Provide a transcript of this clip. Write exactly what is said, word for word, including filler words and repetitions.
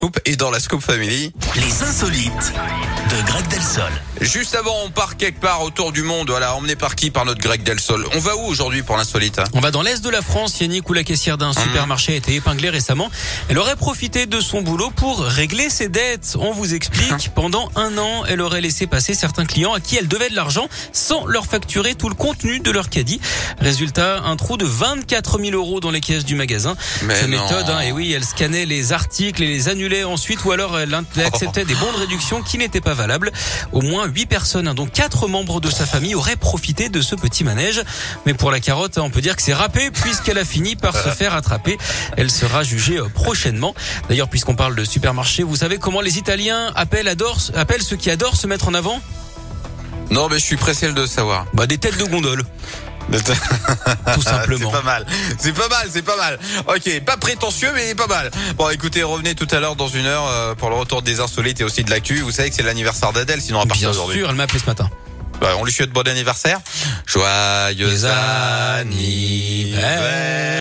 Et dans la Scoop Family, les insolites de Greg Delsol. Juste avant, on part quelque part autour du monde. Voilà, emmené par qui? Par notre Greg Delsol. On va où aujourd'hui pour l'insolite? On va dans l'est de la France, Yannick, où la caissière d'un supermarché a été épinglée récemment. Elle aurait profité de son boulot pour régler ses dettes. On vous explique. Pendant un an, elle aurait laissé passer certains clients à qui elle devait de l'argent sans leur facturer tout le contenu de leur caddie. Résultat, un trou de vingt-quatre mille euros dans les caisses du magasin. Mais Sa non. méthode, hein, et oui, elle scannait les articles et les annulait ensuite, ou alors elle acceptait des bons de réduction qui n'étaient pas valables. Au moins huit personnes, hein, dont quatre membres de sa famille, auraient profité de ce petit manège. Mais pour la carotte, on peut dire que c'est râpé puisqu'elle a fini par se faire attraper. Elle sera jugée prochainement. D'ailleurs, puisqu'on parle de supermarché, vous savez comment les Italiens appellent, adorent, appellent ceux qui adorent se mettre en avant? Non, mais je suis pressé de savoir. Bah, des têtes de gondole. Tout simplement. C'est pas mal. C'est pas mal, c'est pas mal. Ok, pas prétentieux, mais pas mal. Bon, écoutez, revenez tout à l'heure dans une heure euh, pour le retour des insolites et aussi de l'actu. Vous savez que c'est l'anniversaire d'Adèle, sinon à partir Bien d'aujourd'hui. sûr, elle m'a appelé ce matin. Bah, on lui souhaite bon anniversaire. Joyeux Les anniversaire.